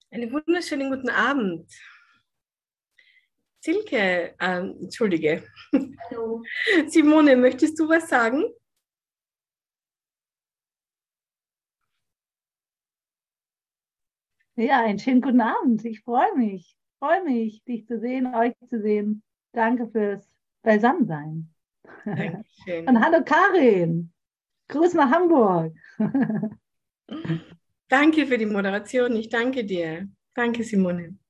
Einen wunderschönen guten Abend. Silke, entschuldige. Hallo. Simone, möchtest du was sagen? Ja, einen schönen guten Abend. Ich freue mich, dich zu sehen, euch zu sehen. Danke fürs Beisammensein. Und Dankeschön. hallo Karin, Gruß nach Hamburg. Danke für die Moderation. Ich danke dir. Danke, Simone.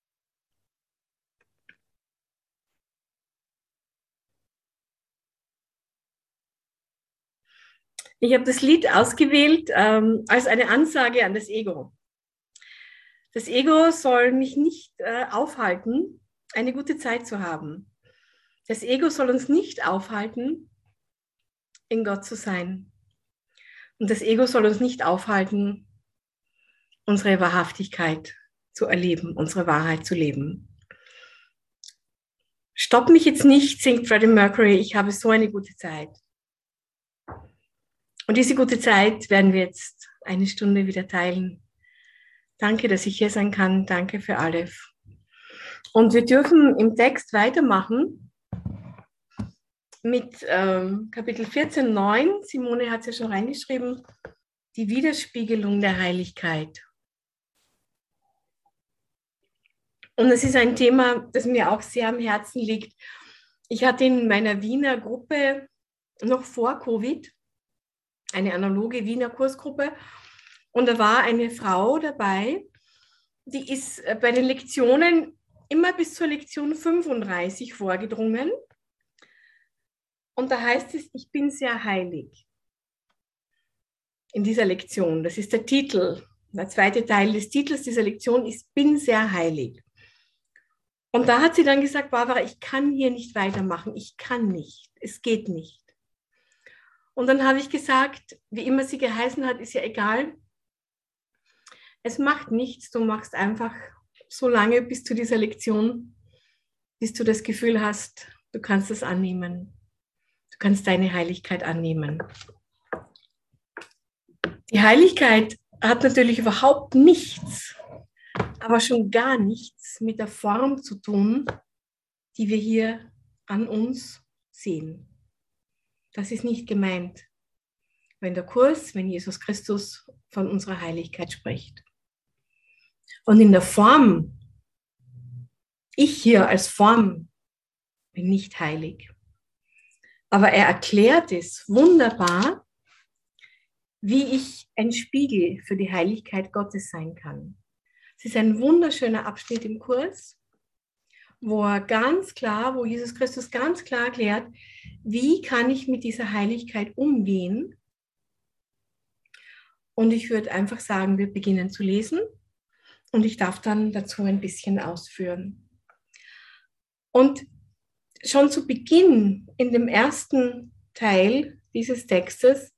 Ich habe das Lied ausgewählt als eine Ansage an das Ego. Das Ego soll mich nicht aufhalten, eine gute Zeit zu haben. Das Ego soll uns nicht aufhalten, in Gott zu sein. Und das Ego soll uns nicht aufhalten, unsere Wahrhaftigkeit zu erleben, unsere Wahrheit zu leben. Stopp mich jetzt nicht, singt Freddie Mercury, ich habe so eine gute Zeit. Und diese gute Zeit werden wir jetzt eine Stunde wieder teilen. Danke, dass ich hier sein kann. Danke für alles. Und wir dürfen im Text weitermachen mit Kapitel 14,9. Simone hat es ja schon reingeschrieben. Die Widerspiegelung der Heiligkeit. Und es ist ein Thema, das mir auch sehr am Herzen liegt. Ich hatte in meiner Wiener Gruppe noch vor Covid eine analoge Wiener Kursgruppe und da war eine Frau dabei, die ist bei den Lektionen immer bis zur Lektion 35 vorgedrungen und da heißt es, ich bin sehr heilig in dieser Lektion. Das ist der Titel. Der zweite Teil des Titels dieser Lektion ist, bin sehr heilig. Und da hat sie dann gesagt, Barbara, ich kann hier nicht weitermachen. Ich kann nicht. Es geht nicht. Und dann habe ich gesagt, wie immer sie geheißen hat, ist ja egal. Es macht nichts. Du machst einfach so lange bis zu dieser Lektion, bis du das Gefühl hast, du kannst es annehmen. Du kannst deine Heiligkeit annehmen. Die Heiligkeit hat natürlich überhaupt nichts, aber schon gar nichts mit der Form zu tun, die wir hier an uns sehen. Das ist nicht gemeint, wenn der Kurs, wenn Jesus Christus von unserer Heiligkeit spricht. Und in der Form, ich hier als Form bin nicht heilig. Aber er erklärt es wunderbar, wie ich ein Spiegel für die Heiligkeit Gottes sein kann. Es ist ein wunderschöner Abschnitt im Kurs, wo Jesus Christus ganz klar erklärt, wie kann ich mit dieser Heiligkeit umgehen. Und ich würde einfach sagen, wir beginnen zu lesen und ich darf dann dazu ein bisschen ausführen. Und schon zu Beginn in dem ersten Teil dieses Textes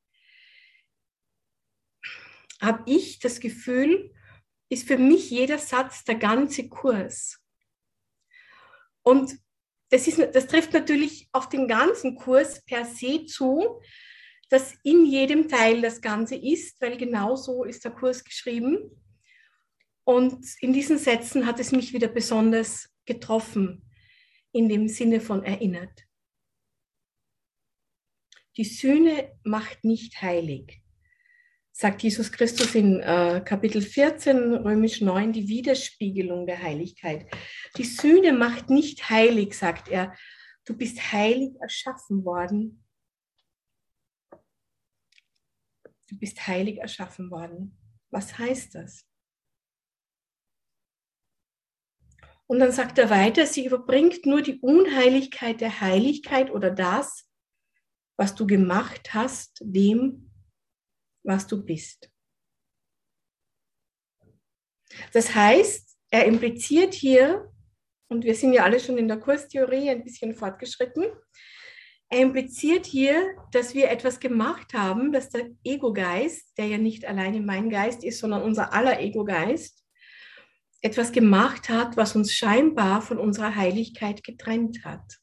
habe ich das Gefühl, ist für mich jeder Satz der ganze Kurs. Und das trifft natürlich auf den ganzen Kurs per se zu, dass in jedem Teil das Ganze ist, weil genau so ist der Kurs geschrieben. Und in diesen Sätzen hat es mich wieder besonders getroffen, in dem Sinne von erinnert. Die Sühne macht nicht heilig, sagt Jesus Christus in Kapitel 14, Römisch 9, die Widerspiegelung der Heiligkeit. Die Sühne macht nicht heilig, sagt er. Du bist heilig erschaffen worden. Du bist heilig erschaffen worden. Was heißt das? Und dann sagt er weiter, sie überbringt nur die Unheiligkeit der Heiligkeit oder das, was du gemacht hast, dem, was du bist. Das heißt, er impliziert hier, und wir sind ja alle schon in der Kurstheorie ein bisschen fortgeschritten, er impliziert hier, dass wir etwas gemacht haben, dass der Ego-Geist, der ja nicht alleine mein Geist ist, sondern unser aller Ego-Geist, etwas gemacht hat, was uns scheinbar von unserer Heiligkeit getrennt hat.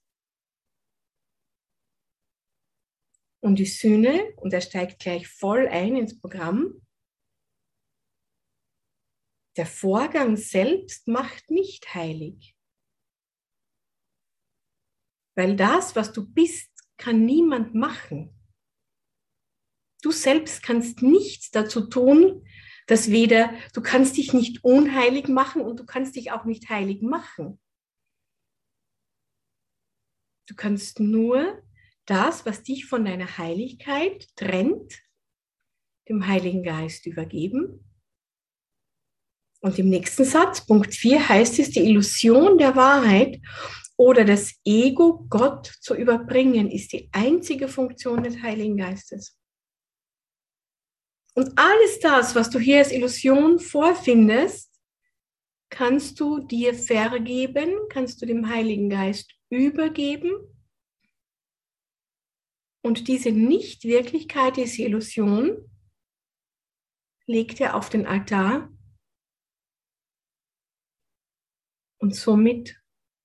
Und die Sühne, und er steigt gleich voll ein ins Programm, der Vorgang selbst macht nicht heilig. Weil das, was du bist, kann niemand machen. Du selbst kannst nichts dazu tun, dass du kannst dich nicht unheilig machen und du kannst dich auch nicht heilig machen. Du kannst nur das, was dich von deiner Heiligkeit trennt, dem Heiligen Geist übergeben. Und im nächsten Satz, Punkt 4, heißt es, die Illusion der Wahrheit oder das Ego Gott zu überbringen, ist die einzige Funktion des Heiligen Geistes. Und alles das, was du hier als Illusion vorfindest, kannst du dir vergeben, kannst du dem Heiligen Geist übergeben. Und diese Nichtwirklichkeit, diese Illusion, legt er auf den Altar. Und somit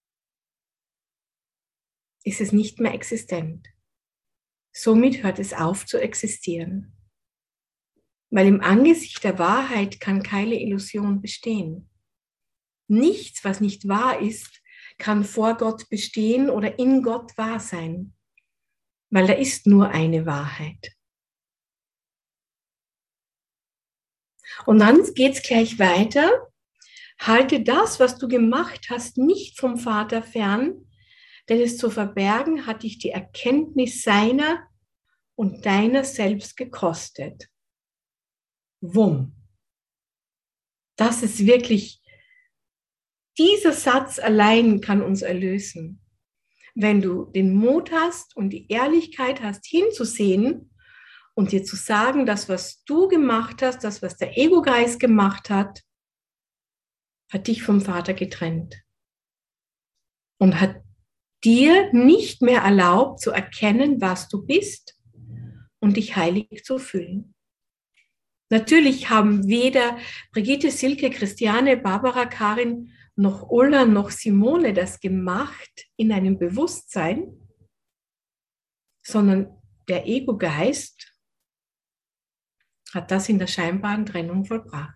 ist es nicht mehr existent. Somit hört es auf zu existieren. Weil im Angesicht der Wahrheit kann keine Illusion bestehen. Nichts, was nicht wahr ist, kann vor Gott bestehen oder in Gott wahr sein. Weil da ist nur eine Wahrheit. Und dann geht es gleich weiter. Halte das, was du gemacht hast, nicht vom Vater fern, denn es zu verbergen hat dich die Erkenntnis seiner und deiner selbst gekostet. Wumm. Das ist wirklich, dieser Satz allein kann uns erlösen. Wenn du den Mut hast und die Ehrlichkeit hast, hinzusehen und dir zu sagen, das, was du gemacht hast, das, was der Ego-Geist gemacht hat dich vom Vater getrennt und hat dir nicht mehr erlaubt zu erkennen, was du bist und dich heilig zu fühlen. Natürlich haben weder Brigitte, Silke, Christiane, Barbara, Karin, noch Ulla, noch Simone das gemacht in einem Bewusstsein, sondern der Ego-Geist hat das in der scheinbaren Trennung vollbracht.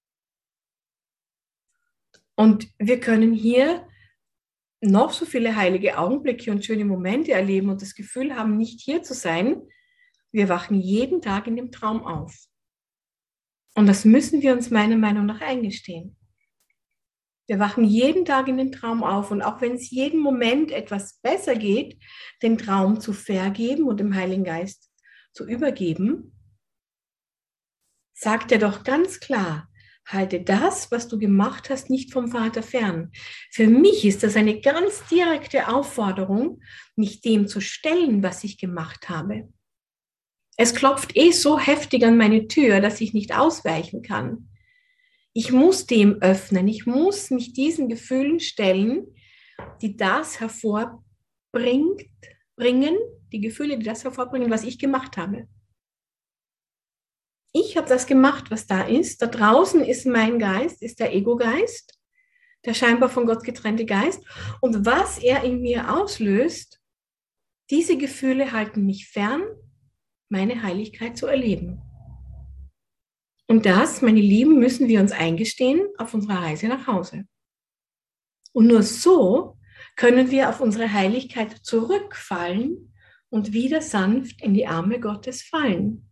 Und wir können hier noch so viele heilige Augenblicke und schöne Momente erleben und das Gefühl haben, nicht hier zu sein. Wir wachen jeden Tag in dem Traum auf. Und das müssen wir uns meiner Meinung nach eingestehen. Wir wachen jeden Tag in den Traum auf und auch wenn es jeden Moment etwas besser geht, den Traum zu vergeben und dem Heiligen Geist zu übergeben, sagt er doch ganz klar, halte das, was du gemacht hast, nicht vom Vater fern. Für mich ist das eine ganz direkte Aufforderung, mich dem zu stellen, was ich gemacht habe. Es klopft so heftig an meine Tür, dass ich nicht ausweichen kann. Ich muss dem öffnen, ich muss mich diesen Gefühlen stellen, die das hervorbringen, die Gefühle, die das hervorbringen, was ich gemacht habe. Ich habe das gemacht, was da ist. Da draußen ist mein Geist, ist der Ego-Geist, der scheinbar von Gott getrennte Geist. Und was er in mir auslöst, diese Gefühle halten mich fern, meine Heiligkeit zu erleben. Und das, meine Lieben, müssen wir uns eingestehen auf unserer Reise nach Hause. Und nur so können wir auf unsere Heiligkeit zurückfallen und wieder sanft in die Arme Gottes fallen.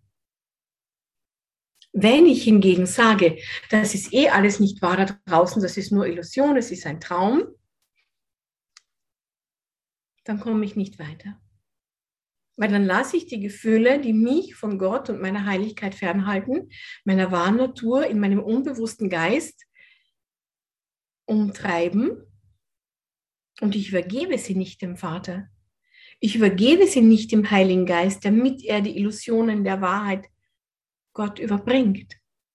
Wenn ich hingegen sage, das ist alles nicht wahr da draußen, das ist nur Illusion, es ist ein Traum, dann komme ich nicht weiter. Weil dann lasse ich die Gefühle, die mich von Gott und meiner Heiligkeit fernhalten, meiner wahren Natur, in meinem unbewussten Geist umtreiben und ich übergebe sie nicht dem Vater. Ich übergebe sie nicht dem Heiligen Geist, damit er die Illusionen der Wahrheit Gott überbringt.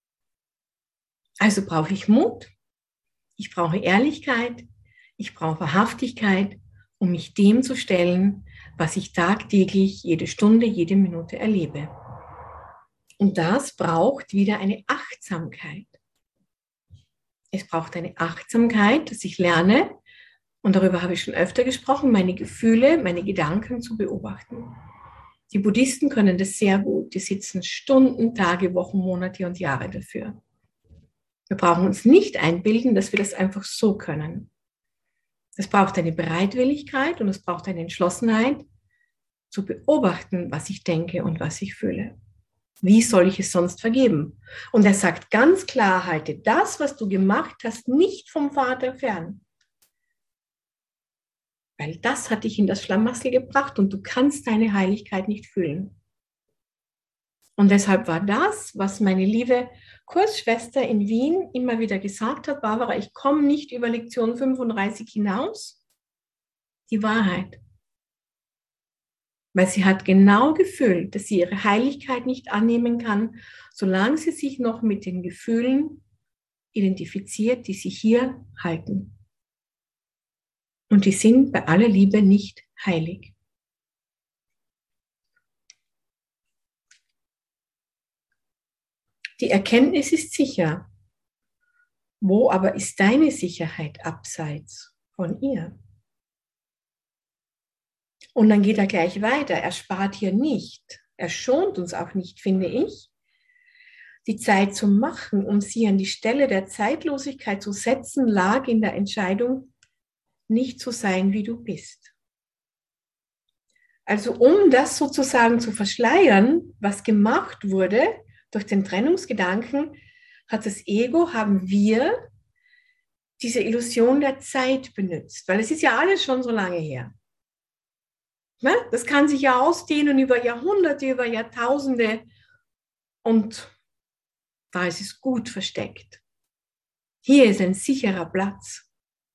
Also brauche ich Mut, ich brauche Ehrlichkeit, ich brauche Wahrhaftigkeit, um mich dem zu stellen, was ich tagtäglich, jede Stunde, jede Minute erlebe. Und das braucht wieder eine Achtsamkeit. Es braucht eine Achtsamkeit, dass ich lerne, und darüber habe ich schon öfter gesprochen, meine Gefühle, meine Gedanken zu beobachten. Die Buddhisten können das sehr gut. Die sitzen Stunden, Tage, Wochen, Monate und Jahre dafür. Wir brauchen uns nicht einbilden, dass wir das einfach so können. Es braucht eine Bereitwilligkeit und es braucht eine Entschlossenheit, zu beobachten, was ich denke und was ich fühle. Wie soll ich es sonst vergeben? Und er sagt ganz klar, halte das, was du gemacht hast, nicht vom Vater fern. Weil das hat dich in das Schlamassel gebracht und du kannst deine Heiligkeit nicht fühlen. Und deshalb war das, was meine liebe Kursschwester in Wien immer wieder gesagt hat, Barbara, ich komme nicht über Lektion 35 hinaus, die Wahrheit. Weil sie hat genau gefühlt, dass sie ihre Heiligkeit nicht annehmen kann, solange sie sich noch mit den Gefühlen identifiziert, die sie hier halten. Und die sind bei aller Liebe nicht heilig. Die Erkenntnis ist sicher. Wo aber ist deine Sicherheit abseits von ihr? Und dann geht er gleich weiter. Er spart hier nicht. Er schont uns auch nicht, finde ich, die Zeit zu machen, um sie an die Stelle der Zeitlosigkeit zu setzen, lag in der Entscheidung, nicht zu sein, wie du bist. Also um das sozusagen zu verschleiern, was gemacht wurde durch den Trennungsgedanken, hat das Ego, haben wir diese Illusion der Zeit benutzt, weil es ist ja alles schon so lange her. Das kann sich ja ausdehnen über Jahrhunderte, über Jahrtausende und da ist es gut versteckt. Hier ist ein sicherer Platz.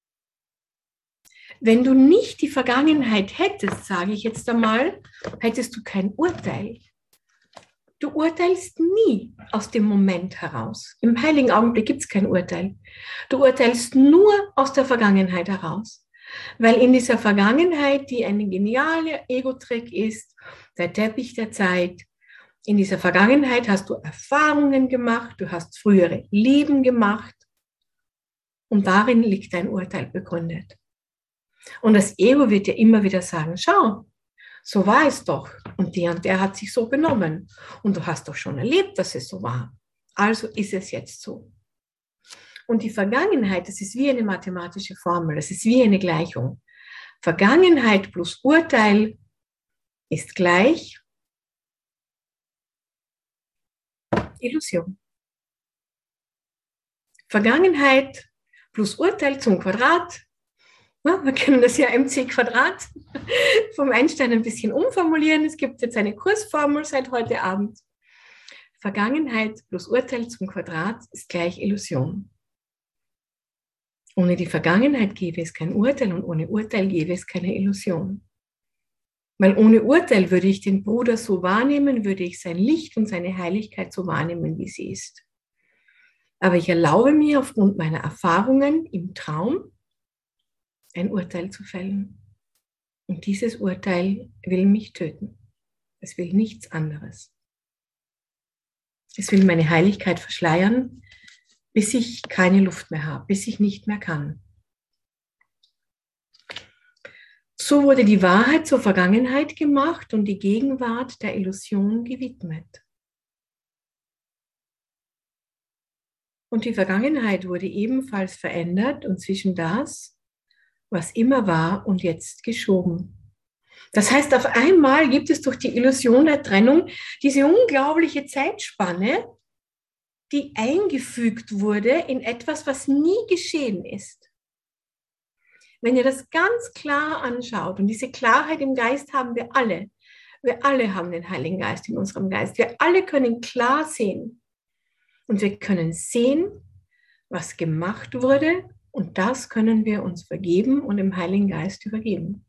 Wenn du nicht die Vergangenheit hättest, sage ich jetzt einmal, hättest du kein Urteil. Du urteilst nie aus dem Moment heraus. Im heiligen Augenblick gibt es kein Urteil. Du urteilst nur aus der Vergangenheit heraus. Weil in dieser Vergangenheit, die ein genialer Ego-Trick ist, der Teppich der Zeit, in dieser Vergangenheit hast du Erfahrungen gemacht, du hast frühere Leben gemacht und darin liegt dein Urteil begründet. Und das Ego wird dir immer wieder sagen, schau, so war es doch und der hat sich so benommen und du hast doch schon erlebt, dass es so war. Also ist es jetzt so. Und die Vergangenheit, das ist wie eine mathematische Formel, das ist wie eine Gleichung. Vergangenheit plus Urteil ist gleich Illusion. Vergangenheit plus Urteil zum Quadrat. Ja, wir können das ja mc² vom Einstein ein bisschen umformulieren. Es gibt jetzt eine Kursformel seit heute Abend. Vergangenheit plus Urteil zum Quadrat ist gleich Illusion. Ohne die Vergangenheit gäbe es kein Urteil und ohne Urteil gäbe es keine Illusion. Weil ohne Urteil würde ich den Bruder so wahrnehmen, würde ich sein Licht und seine Heiligkeit so wahrnehmen, wie sie ist. Aber ich erlaube mir aufgrund meiner Erfahrungen im Traum ein Urteil zu fällen. Und dieses Urteil will mich töten. Es will nichts anderes. Es will meine Heiligkeit verschleiern, bis ich keine Luft mehr habe, bis ich nicht mehr kann. So wurde die Wahrheit zur Vergangenheit gemacht und die Gegenwart der Illusion gewidmet. Und die Vergangenheit wurde ebenfalls verändert und zwischen das, was immer war und jetzt geschoben. Das heißt, auf einmal gibt es durch die Illusion der Trennung diese unglaubliche Zeitspanne, die eingefügt wurde in etwas, was nie geschehen ist. Wenn ihr das ganz klar anschaut, und diese Klarheit im Geist haben wir alle haben den Heiligen Geist in unserem Geist, wir alle können klar sehen und wir können sehen, was gemacht wurde und das können wir uns vergeben und dem Heiligen Geist übergeben.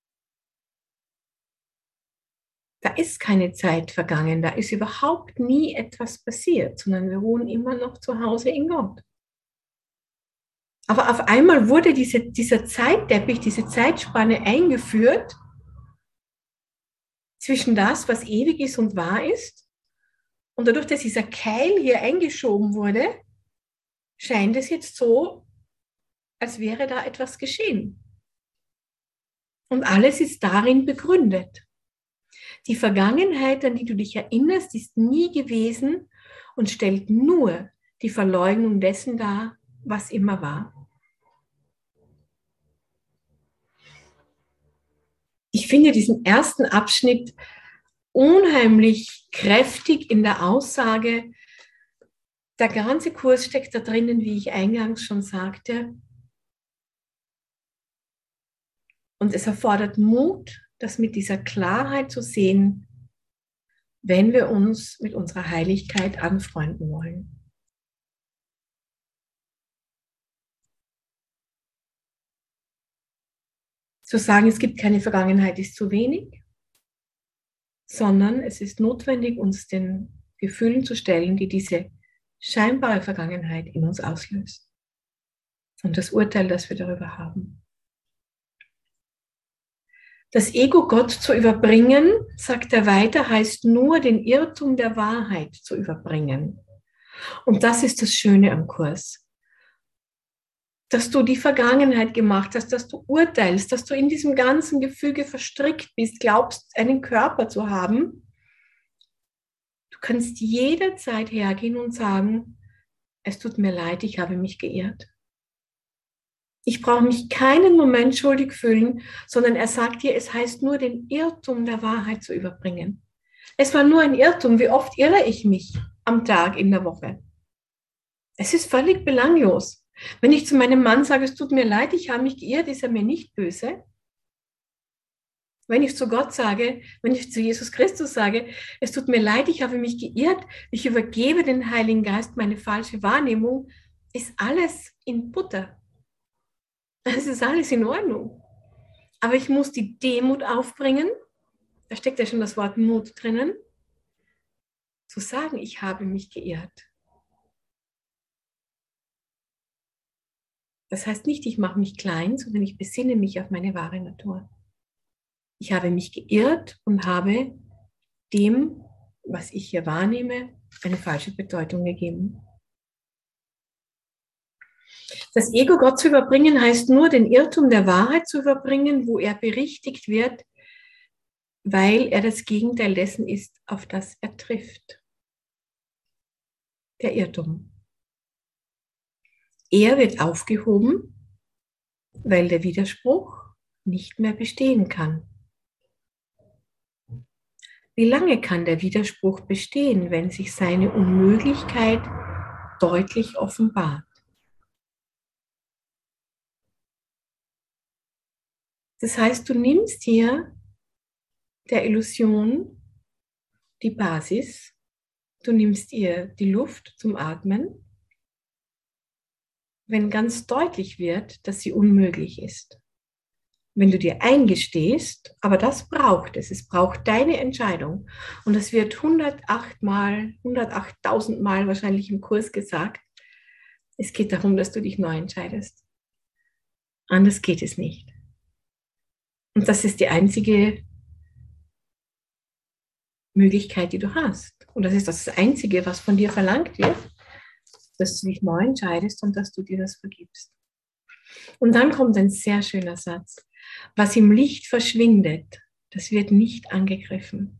Da ist keine Zeit vergangen, da ist überhaupt nie etwas passiert, sondern wir ruhen immer noch zu Hause in Gott. Aber auf einmal wurde dieser Zeitteppich, diese Zeitspanne eingeführt zwischen das, was ewig ist und wahr ist. Und dadurch, dass dieser Keil hier eingeschoben wurde, scheint es jetzt so, als wäre da etwas geschehen. Und alles ist darin begründet. Die Vergangenheit, an die du dich erinnerst, ist nie gewesen und stellt nur die Verleugnung dessen dar, was immer war. Ich finde diesen ersten Abschnitt unheimlich kräftig in der Aussage, der ganze Kurs steckt da drinnen, wie ich eingangs schon sagte. Und es erfordert Mut, das mit dieser Klarheit zu sehen, wenn wir uns mit unserer Heiligkeit anfreunden wollen. Zu sagen, es gibt keine Vergangenheit, ist zu wenig, sondern es ist notwendig, uns den Gefühlen zu stellen, die diese scheinbare Vergangenheit in uns auslöst. Und das Urteil, das wir darüber haben. Das Ego Gott zu überbringen, sagt er weiter, heißt nur den Irrtum der Wahrheit zu überbringen. Und das ist das Schöne am Kurs. Dass du die Vergangenheit gemacht hast, dass du urteilst, dass du in diesem ganzen Gefüge verstrickt bist, glaubst, einen Körper zu haben. Du kannst jederzeit hergehen und sagen, es tut mir leid, ich habe mich geirrt. Ich brauche mich keinen Moment schuldig fühlen, sondern er sagt dir, es heißt nur, den Irrtum der Wahrheit zu überbringen. Es war nur ein Irrtum. Wie oft irre ich mich am Tag, in der Woche? Es ist völlig belanglos. Wenn ich zu meinem Mann sage, es tut mir leid, ich habe mich geirrt, ist er mir nicht böse. Wenn ich zu Gott sage, wenn ich zu Jesus Christus sage, es tut mir leid, ich habe mich geirrt, ich übergebe den Heiligen Geist meine falsche Wahrnehmung, ist alles in Butter. Es ist alles in Ordnung. Aber ich muss die Demut aufbringen, da steckt ja schon das Wort Mut drinnen, zu sagen, ich habe mich geirrt. Das heißt nicht, ich mache mich klein, sondern ich besinne mich auf meine wahre Natur. Ich habe mich geirrt und habe dem, was ich hier wahrnehme, eine falsche Bedeutung gegeben. Das Ego Gott zu überbringen heißt nur, den Irrtum der Wahrheit zu überbringen, wo er berichtigt wird, weil er das Gegenteil dessen ist, auf das er trifft. Der Irrtum. Er wird aufgehoben, weil der Widerspruch nicht mehr bestehen kann. Wie lange kann der Widerspruch bestehen, wenn sich seine Unmöglichkeit deutlich offenbart? Das heißt, du nimmst hier der Illusion die Basis, du nimmst ihr die Luft zum Atmen, wenn ganz deutlich wird, dass sie unmöglich ist. Wenn du dir eingestehst, aber das braucht es braucht deine Entscheidung. Und das wird 108.000 Mal wahrscheinlich im Kurs gesagt. Es geht darum, dass du dich neu entscheidest. Anders geht es nicht. Und das ist die einzige Möglichkeit, die du hast. Und das ist das Einzige, was von dir verlangt wird, dass du dich neu entscheidest und dass du dir das vergibst. Und dann kommt ein sehr schöner Satz. Was im Licht verschwindet, das wird nicht angegriffen.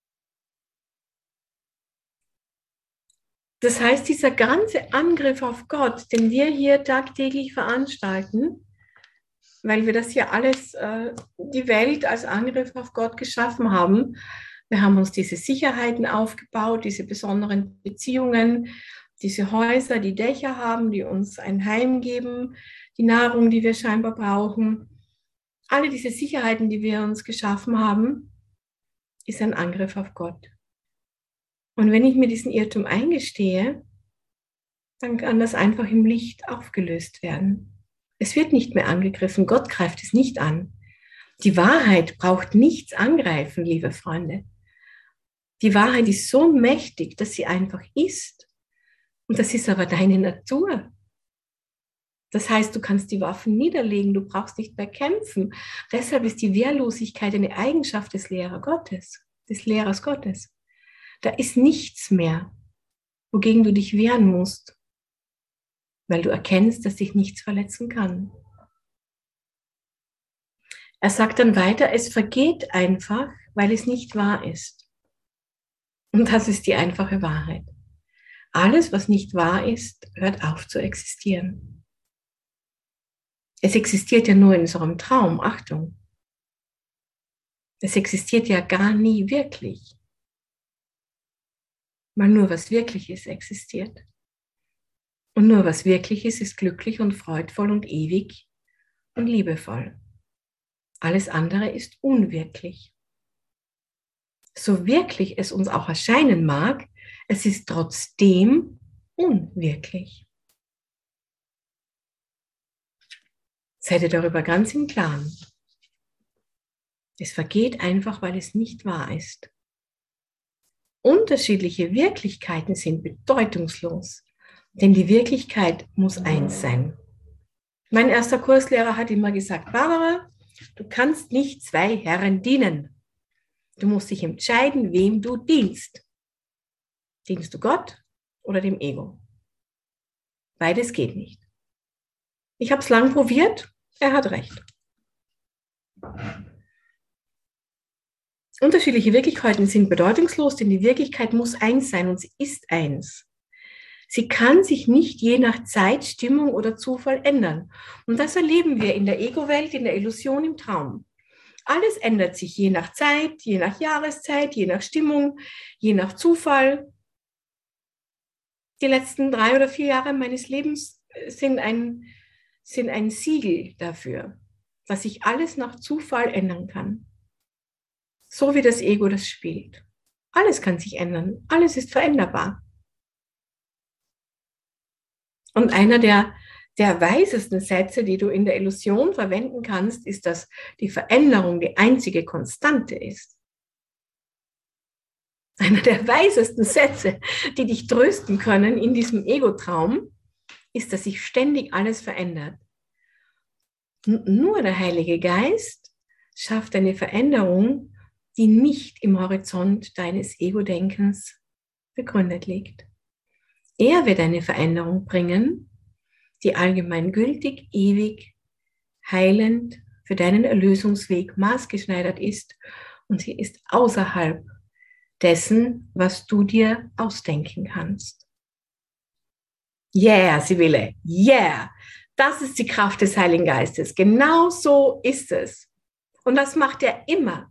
Das heißt, dieser ganze Angriff auf Gott, den wir hier tagtäglich veranstalten, weil wir das hier alles, die Welt als Angriff auf Gott geschaffen haben. Wir haben uns diese Sicherheiten aufgebaut, diese besonderen Beziehungen, diese Häuser, die Dächer haben, die uns ein Heim geben, die Nahrung, die wir scheinbar brauchen. Alle diese Sicherheiten, die wir uns geschaffen haben, ist ein Angriff auf Gott. Und wenn ich mir diesen Irrtum eingestehe, dann kann das einfach im Licht aufgelöst werden. Es wird nicht mehr angegriffen, Gott greift es nicht an. Die Wahrheit braucht nichts angreifen, liebe Freunde. Die Wahrheit ist so mächtig, dass sie einfach ist. Und das ist aber deine Natur. Das heißt, du kannst die Waffen niederlegen, du brauchst nicht mehr kämpfen. Deshalb ist die Wehrlosigkeit eine Eigenschaft des Lehrers Gottes. Da ist nichts mehr, wogegen du dich wehren musst, weil du erkennst, dass dich nichts verletzen kann. Er sagt dann weiter, es vergeht einfach, weil es nicht wahr ist. Und das ist die einfache Wahrheit. Alles, was nicht wahr ist, hört auf zu existieren. Es existiert ja nur in unserem Traum, Achtung. Es existiert ja gar nie wirklich. Weil nur was wirklich ist, existiert. Und nur was wirklich ist, ist glücklich und freudvoll und ewig und liebevoll. Alles andere ist unwirklich. So wirklich es uns auch erscheinen mag, es ist trotzdem unwirklich. Seid ihr darüber ganz im Klaren. Es vergeht einfach, weil es nicht wahr ist. Unterschiedliche Wirklichkeiten sind bedeutungslos, denn die Wirklichkeit muss eins sein. Mein erster Kurslehrer hat immer gesagt, Barbara, du kannst nicht zwei Herren dienen. Du musst dich entscheiden, wem du dienst. Dienst du Gott oder dem Ego? Beides geht nicht. Ich habe es lang probiert, er hat recht. Unterschiedliche Wirklichkeiten sind bedeutungslos, denn die Wirklichkeit muss eins sein und sie ist eins. Sie kann sich nicht je nach Zeit, Stimmung oder Zufall ändern. Und das erleben wir in der Ego-Welt, in der Illusion, im Traum. Alles ändert sich je nach Zeit, je nach Jahreszeit, je nach Stimmung, je nach Zufall. Die letzten 3 oder 4 Jahre meines Lebens sind ein Siegel dafür, dass sich alles nach Zufall ändern kann. So wie das Ego das spielt. Alles kann sich ändern. Alles ist veränderbar. Und einer der weisesten Sätze, die du in der Illusion verwenden kannst, ist, dass die Veränderung die einzige Konstante ist. Einer der weisesten Sätze, die dich trösten können in diesem Ego-Traum, ist, dass sich ständig alles verändert. Und nur der Heilige Geist schafft eine Veränderung, die nicht im Horizont deines Ego-Denkens begründet liegt. Er wird eine Veränderung bringen, die allgemeingültig, ewig, heilend für deinen Erlösungsweg maßgeschneidert ist und sie ist außerhalb dessen, was du dir ausdenken kannst. Yeah, Sibylle, yeah! Das ist die Kraft des Heiligen Geistes. Genau so ist es. Und das macht er immer.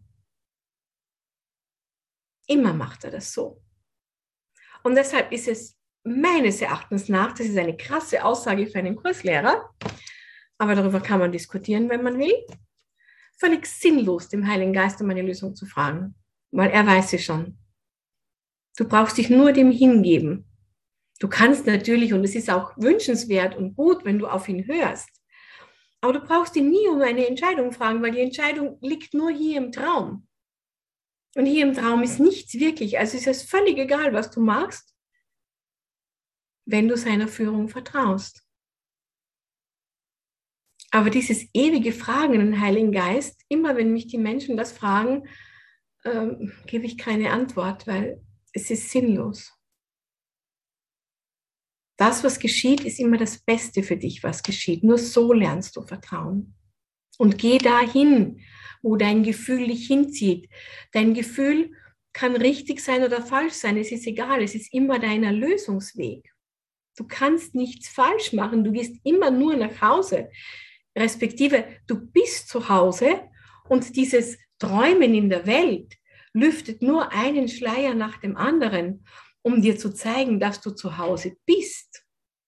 Immer macht er das so. Und deshalb ist es meines Erachtens nach, das ist eine krasse Aussage für einen Kurslehrer, aber darüber kann man diskutieren, wenn man will, völlig sinnlos, dem Heiligen Geist um eine Lösung zu fragen, weil er weiß sie schon. Du brauchst dich nur dem hingeben. Du kannst natürlich, und es ist auch wünschenswert und gut, wenn du auf ihn hörst, aber du brauchst ihn nie um eine Entscheidung fragen, weil die Entscheidung liegt nur hier im Traum. Und hier im Traum ist nichts wirklich, also ist es völlig egal, was du machst, wenn du seiner Führung vertraust. Aber dieses ewige Fragen in den Heiligen Geist, immer wenn mich die Menschen das fragen, gebe ich keine Antwort, weil es ist sinnlos. Das, was geschieht, ist immer das Beste für dich, was geschieht. Nur so lernst du Vertrauen. Und geh dahin, wo dein Gefühl dich hinzieht. Dein Gefühl kann richtig sein oder falsch sein, es ist egal, es ist immer dein Erlösungsweg. Du kannst nichts falsch machen, du gehst immer nur nach Hause. Respektive, du bist zu Hause und dieses Träumen in der Welt lüftet nur einen Schleier nach dem anderen, um dir zu zeigen, dass du zu Hause bist.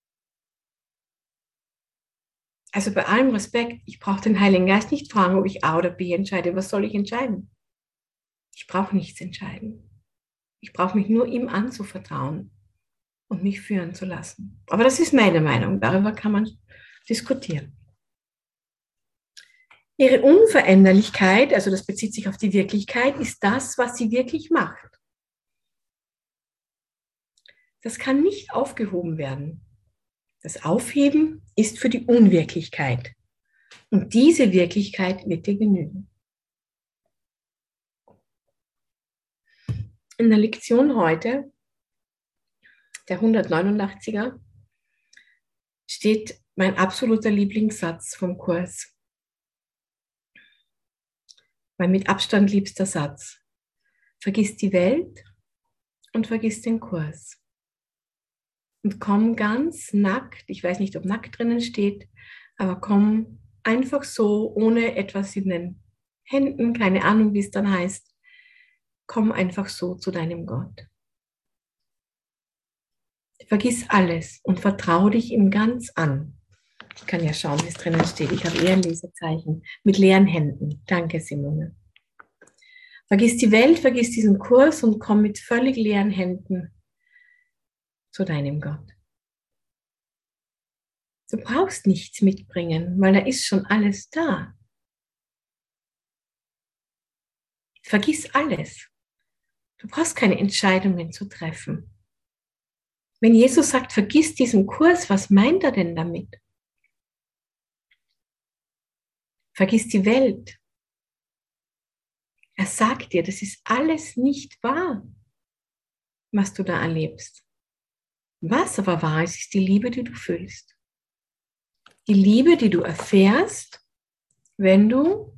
Also bei allem Respekt, ich brauche den Heiligen Geist nicht fragen, ob ich A oder B entscheide. Was soll ich entscheiden? Ich brauche nichts entscheiden. Ich brauche mich nur ihm anzuvertrauen und mich führen zu lassen. Aber das ist meine Meinung, darüber kann man diskutieren. Ihre Unveränderlichkeit, also das bezieht sich auf die Wirklichkeit, ist das, was sie wirklich macht. Das kann nicht aufgehoben werden. Das Aufheben ist für die Unwirklichkeit. Und diese Wirklichkeit wird dir genügen. In der Lektion heute, der 189er, steht mein absoluter Lieblingssatz vom Kurs. Mein mit Abstand liebster Satz. Vergiss die Welt und vergiss den Kurs. Und komm ganz nackt, ich weiß nicht, ob nackt drinnen steht, aber komm einfach so, ohne etwas in den Händen, keine Ahnung, wie es dann heißt. Komm einfach so zu deinem Gott. Vergiss alles und vertraue dich ihm ganz an. Ich kann ja schauen, wie es drinnen steht. Ich habe eher ein Lesezeichen mit leeren Händen. Danke, Simone. Vergiss die Welt, vergiss diesen Kurs und komm mit völlig leeren Händen zu deinem Gott. Du brauchst nichts mitbringen, weil da ist schon alles da. Vergiss alles. Du brauchst keine Entscheidungen zu treffen. Wenn Jesus sagt, vergiss diesen Kurs, was meint er denn damit? Vergiss die Welt. Er sagt dir, das ist alles nicht wahr, was du da erlebst. Was aber wahr ist, ist die Liebe, die du fühlst. Die Liebe, die du erfährst, wenn du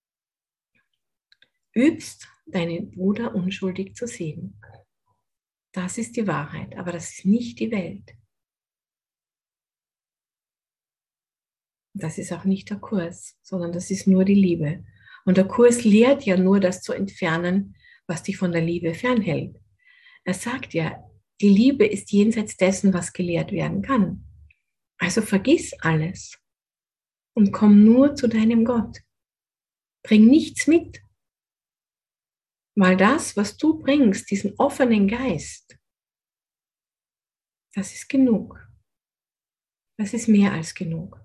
übst, deinen Bruder unschuldig zu sehen. Das ist die Wahrheit, aber das ist nicht die Welt. Das ist auch nicht der Kurs, sondern das ist nur die Liebe. Und der Kurs lehrt ja nur, das zu entfernen, was dich von der Liebe fernhält. Er sagt ja, die Liebe ist jenseits dessen, was gelehrt werden kann. Also vergiss alles und komm nur zu deinem Gott. Bring nichts mit, weil das, was du bringst, diesen offenen Geist, das ist genug. Das ist mehr als genug.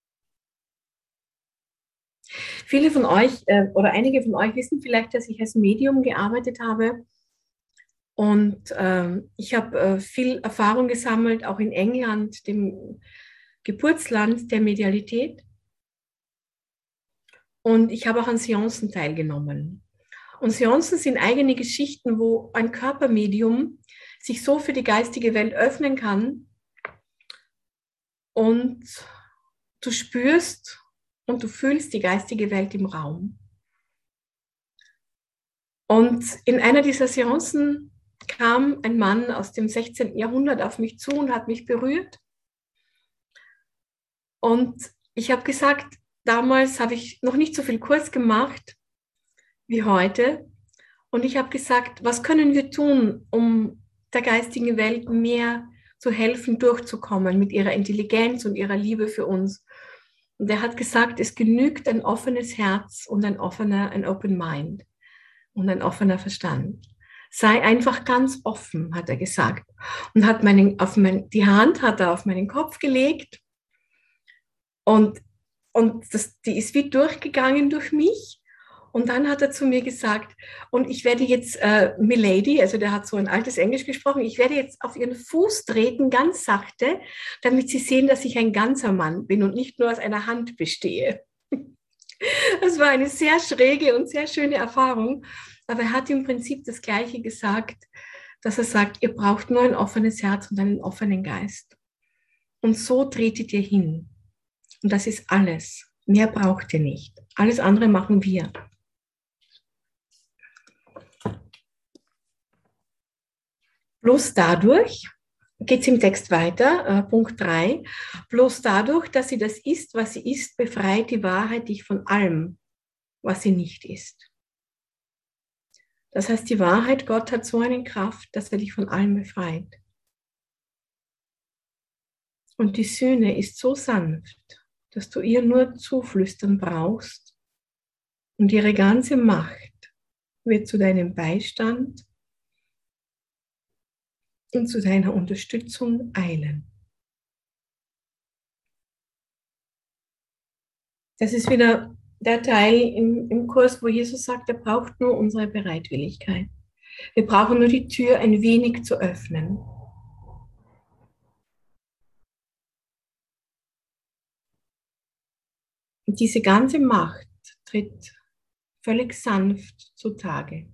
Viele von euch oder einige von euch wissen vielleicht, dass ich als Medium gearbeitet habe. Und ich habe viel Erfahrung gesammelt, auch in England, dem Geburtsland der Medialität. Und ich habe auch an Seancen teilgenommen. Und Seancen sind eigene Geschichten, wo ein Körpermedium sich so für die geistige Welt öffnen kann und du spürst und du fühlst die geistige Welt im Raum. Und in einer dieser Seancen kam ein Mann aus dem 16. Jahrhundert auf mich zu und hat mich berührt. Und ich habe gesagt, damals habe ich noch nicht so viel Kurs gemacht wie heute. Und ich habe gesagt, was können wir tun, um der geistigen Welt mehr zu helfen, durchzukommen mit ihrer Intelligenz und ihrer Liebe für uns. Und er hat gesagt, es genügt ein offenes Herz und ein Open Mind und ein offener Verstand. Sei einfach ganz offen, hat er gesagt. Und hat die Hand hat er auf meinen Kopf gelegt und die ist wie durchgegangen durch mich. Und dann hat er zu mir gesagt, und ich werde jetzt, Milady, also der hat so ein altes Englisch gesprochen, ich werde jetzt auf ihren Fuß treten, ganz sachte, damit sie sehen, dass ich ein ganzer Mann bin und nicht nur aus einer Hand bestehe. Das war eine sehr schräge und sehr schöne Erfahrung. Aber er hat im Prinzip das Gleiche gesagt, dass er sagt, ihr braucht nur ein offenes Herz und einen offenen Geist. Und so tretet ihr hin. Und das ist alles. Mehr braucht ihr nicht. Alles andere machen wir. Bloß dadurch, geht es im Text weiter, Punkt 3, bloß dadurch, dass sie das ist, was sie ist, befreit die Wahrheit dich von allem, was sie nicht ist. Das heißt, die Wahrheit, Gott hat so eine Kraft, dass er dich von allem befreit. Und die Sühne ist so sanft, dass du ihr nur zuflüstern brauchst und ihre ganze Macht wird zu deinem Beistand und zu deiner Unterstützung eilen. Das ist wieder der Teil im Kurs, wo Jesus sagt, er braucht nur unsere Bereitwilligkeit. Wir brauchen nur die Tür ein wenig zu öffnen. Und diese ganze Macht tritt völlig sanft zutage.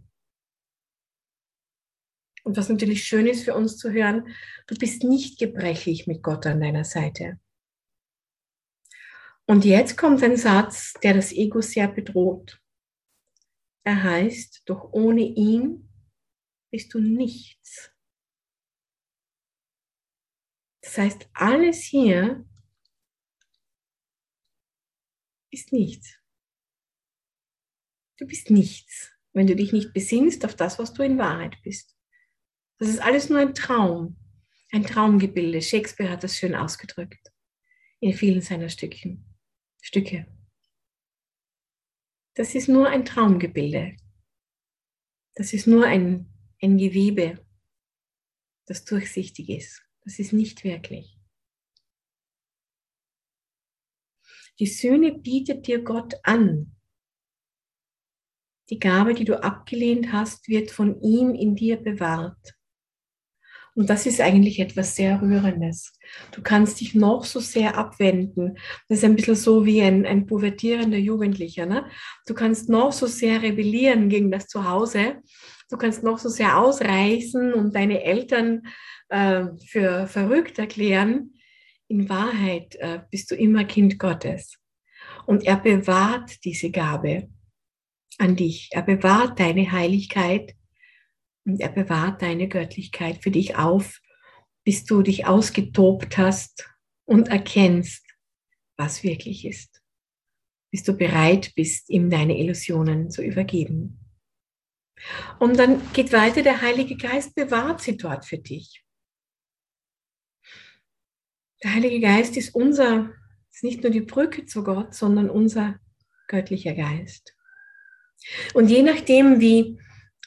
Und was natürlich schön ist für uns zu hören, du bist nicht gebrechlich mit Gott an deiner Seite. Und jetzt kommt ein Satz, der das Ego sehr bedroht. Er heißt, doch ohne ihn bist du nichts. Das heißt, alles hier ist nichts. Du bist nichts, wenn du dich nicht besinnst auf das, was du in Wahrheit bist. Das ist alles nur ein Traumgebilde. Shakespeare hat das schön ausgedrückt in vielen seiner Stücke. Das ist nur ein Traumgebilde. Das ist nur ein Gewebe, das durchsichtig ist. Das ist nicht wirklich. Die Sühne bietet dir Gott an. Die Gabe, die du abgelehnt hast, wird von ihm in dir bewahrt. Und das ist eigentlich etwas sehr Rührendes. Du kannst dich noch so sehr abwenden. Das ist ein bisschen so wie ein pubertierender Jugendlicher. Ne? Du kannst noch so sehr rebellieren gegen das Zuhause. Du kannst noch so sehr ausreißen und deine Eltern für verrückt erklären. In Wahrheit bist du immer Kind Gottes. Und er bewahrt diese Gabe an dich. Er bewahrt deine Heiligkeit und er bewahrt deine Göttlichkeit für dich auf, bis du dich ausgetobt hast und erkennst, was wirklich ist. Bis du bereit bist, ihm deine Illusionen zu übergeben. Und dann geht weiter, der Heilige Geist bewahrt sie dort für dich. Der Heilige Geist ist nicht nur die Brücke zu Gott, sondern unser göttlicher Geist. Und je nachdem, wie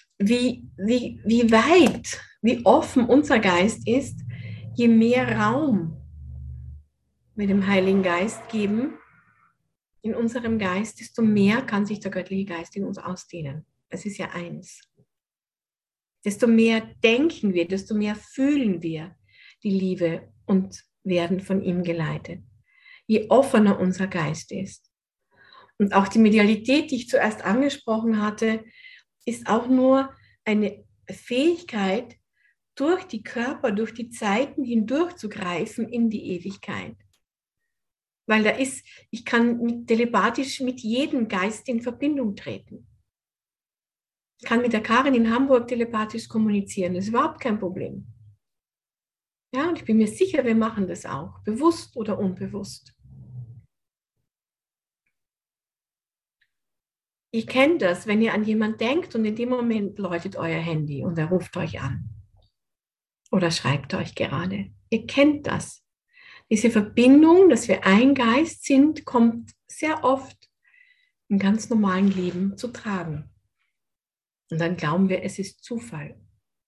weit, wie offen unser Geist ist, je mehr Raum wir dem Heiligen Geist geben in unserem Geist, desto mehr kann sich der göttliche Geist in uns ausdehnen. Es ist ja eins. Desto mehr denken wir, desto mehr fühlen wir die Liebe und werden von ihm geleitet. Je offener unser Geist ist. Und auch die Medialität, die ich zuerst angesprochen hatte, ist auch nur eine Fähigkeit, durch die Körper, durch die Zeiten hindurchzugreifen in die Ewigkeit. Weil ich kann telepathisch mit jedem Geist in Verbindung treten. Ich kann mit der Karin in Hamburg telepathisch kommunizieren, das ist überhaupt kein Problem. Ja, und ich bin mir sicher, wir machen das auch, bewusst oder unbewusst. Ihr kennt das, wenn ihr an jemanden denkt und in dem Moment läutet euer Handy und er ruft euch an oder schreibt euch gerade. Ihr kennt das. Diese Verbindung, dass wir ein Geist sind, kommt sehr oft im ganz normalen Leben zu tragen. Und dann glauben wir, es ist Zufall.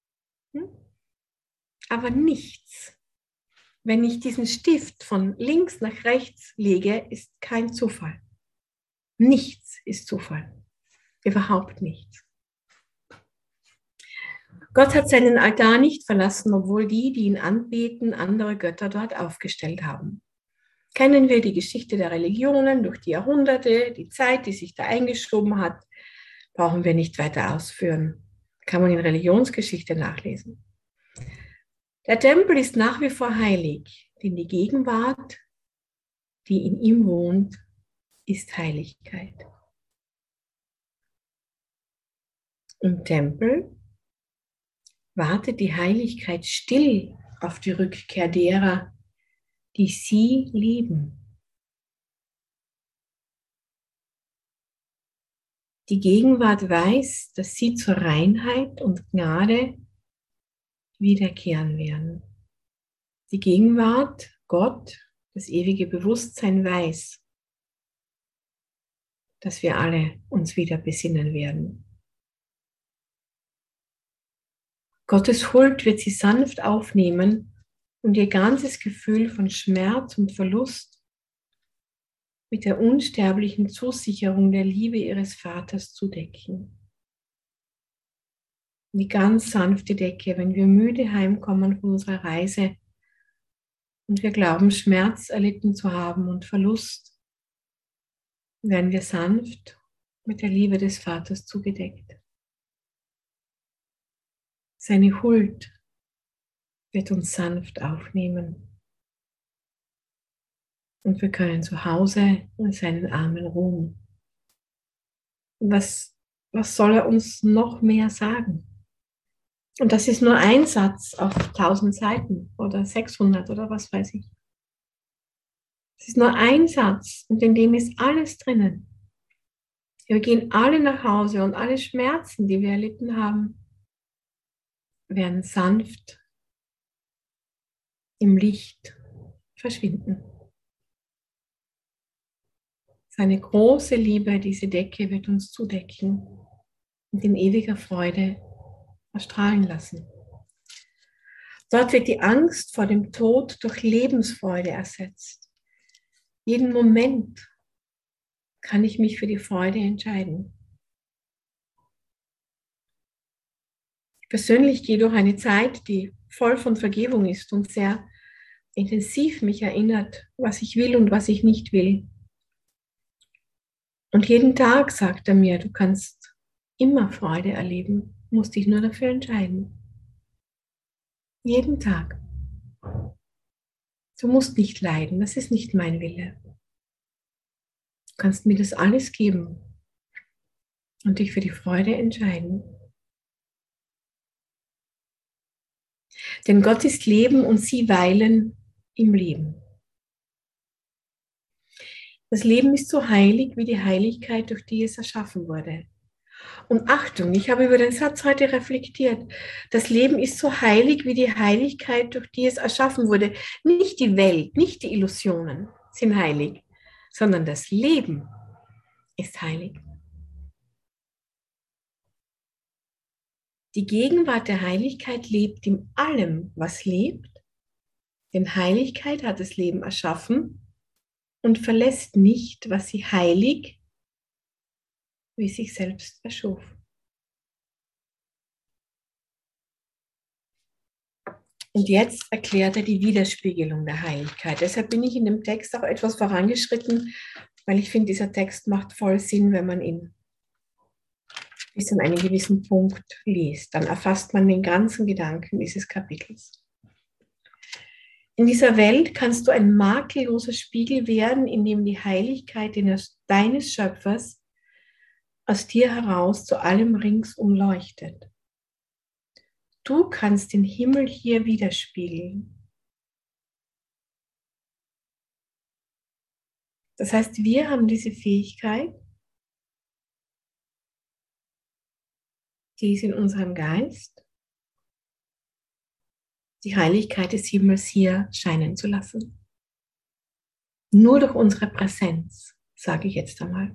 Aber nichts. Wenn ich diesen Stift von links nach rechts lege, ist kein Zufall. Nichts ist Zufall. Überhaupt nichts. Gott hat seinen Altar nicht verlassen, obwohl die ihn anbeten, andere Götter dort aufgestellt haben. Kennen wir die Geschichte der Religionen durch die Jahrhunderte, die Zeit, die sich da eingeschoben hat, brauchen wir nicht weiter ausführen. Kann man in Religionsgeschichte nachlesen. Der Tempel ist nach wie vor heilig, denn die Gegenwart, die in ihm wohnt, ist Heiligkeit. Im Tempel wartet die Heiligkeit still auf die Rückkehr derer, die sie lieben. Die Gegenwart weiß, dass sie zur Reinheit und Gnade wiederkehren werden. Die Gegenwart, Gott, das ewige Bewusstsein weiß, dass wir alle uns wieder besinnen werden. Gottes Huld wird sie sanft aufnehmen und ihr ganzes Gefühl von Schmerz und Verlust mit der unsterblichen Zusicherung der Liebe ihres Vaters zudecken. Die ganz sanfte Decke, wenn wir müde heimkommen von unserer Reise und wir glauben, Schmerz erlitten zu haben und Verlust, werden wir sanft mit der Liebe des Vaters zugedeckt. Seine Huld wird uns sanft aufnehmen. Und wir können zu Hause in seinen Armen ruhen. Und was soll er uns noch mehr sagen? Und das ist nur ein Satz auf 1000 Seiten oder 600 oder was weiß ich. Es ist nur ein Satz und in dem ist alles drinnen. Wir gehen alle nach Hause und alle Schmerzen, die wir erlitten haben, werden sanft im Licht verschwinden. Seine große Liebe, diese Decke, wird uns zudecken und in ewiger Freude erstrahlen lassen. Dort wird die Angst vor dem Tod durch Lebensfreude ersetzt. Jeden Moment kann ich mich für die Freude entscheiden. Ich persönlich gehe durch eine Zeit, die voll von Vergebung ist und sehr intensiv mich erinnert, was ich will und was ich nicht will. Und jeden Tag sagt er mir, du kannst immer Freude erleben, musst dich nur dafür entscheiden. Jeden Tag. Du musst nicht leiden, das ist nicht mein Wille. Du kannst mir das alles geben und dich für die Freude entscheiden. Denn Gott ist Leben und sie weilen im Leben. Das Leben ist so heilig wie die Heiligkeit, durch die es erschaffen wurde. Und Achtung, ich habe über den Satz heute reflektiert. Das Leben ist so heilig wie die Heiligkeit, durch die es erschaffen wurde. Nicht die Welt, nicht die Illusionen sind heilig, sondern das Leben ist heilig. Die Gegenwart der Heiligkeit lebt in allem, was lebt, denn Heiligkeit hat das Leben erschaffen und verlässt nicht, was sie heilig wie sich selbst erschuf. Und jetzt erklärt er die Widerspiegelung der Heiligkeit. Deshalb bin ich in dem Text auch etwas vorangeschritten, weil ich finde, dieser Text macht voll Sinn, wenn man ihn bis an einen gewissen Punkt liest. Dann erfasst man den ganzen Gedanken dieses Kapitels. In dieser Welt kannst du ein makelloser Spiegel werden, in dem die Heiligkeit deines Schöpfers aus dir heraus zu allem ringsum leuchtet. Du kannst den Himmel hier widerspiegeln. Das heißt, wir haben diese Fähigkeit, die ist in unserem Geist, die Heiligkeit des Himmels hier scheinen zu lassen. Nur durch unsere Präsenz, sage ich jetzt einmal.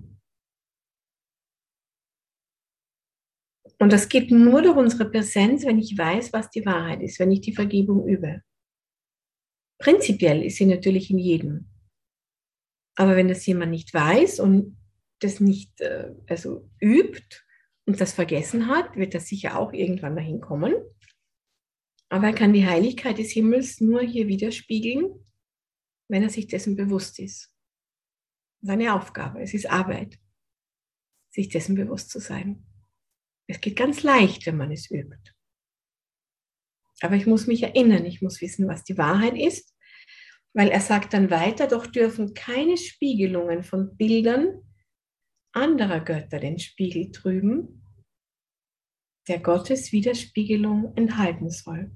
Und das geht nur durch unsere Präsenz, wenn ich weiß, was die Wahrheit ist, wenn ich die Vergebung übe. Prinzipiell ist sie natürlich in jedem. Aber wenn das jemand nicht weiß und das nicht übt und das vergessen hat, wird das sicher auch irgendwann dahin kommen. Aber er kann die Heiligkeit des Himmels nur hier widerspiegeln, wenn er sich dessen bewusst ist. Seine Aufgabe, es ist Arbeit, sich dessen bewusst zu sein. Es geht ganz leicht, wenn man es übt. Aber ich muss mich erinnern, ich muss wissen, was die Wahrheit ist, weil er sagt dann weiter, doch dürfen keine Spiegelungen von Bildern anderer Götter den Spiegel trüben, der Gottes Widerspiegelung enthalten soll.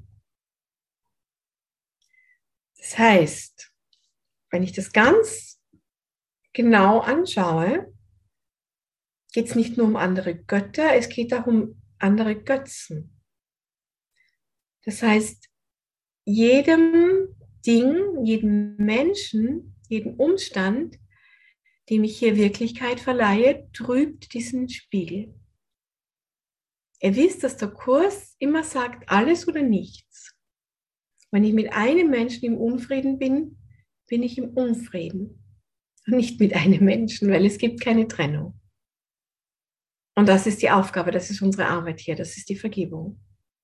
Das heißt, wenn ich das ganz genau anschaue, geht es nicht nur um andere Götter, es geht auch um andere Götzen. Das heißt, jedem Ding, jedem Menschen, jedem Umstand, dem ich hier Wirklichkeit verleihe, trübt diesen Spiegel. Ihr wisst, dass der Kurs immer sagt, alles oder nichts. Wenn ich mit einem Menschen im Unfrieden bin, bin ich im Unfrieden. Und nicht mit einem Menschen, weil es gibt keine Trennung. Und das ist die Aufgabe, das ist unsere Arbeit hier, das ist die Vergebung.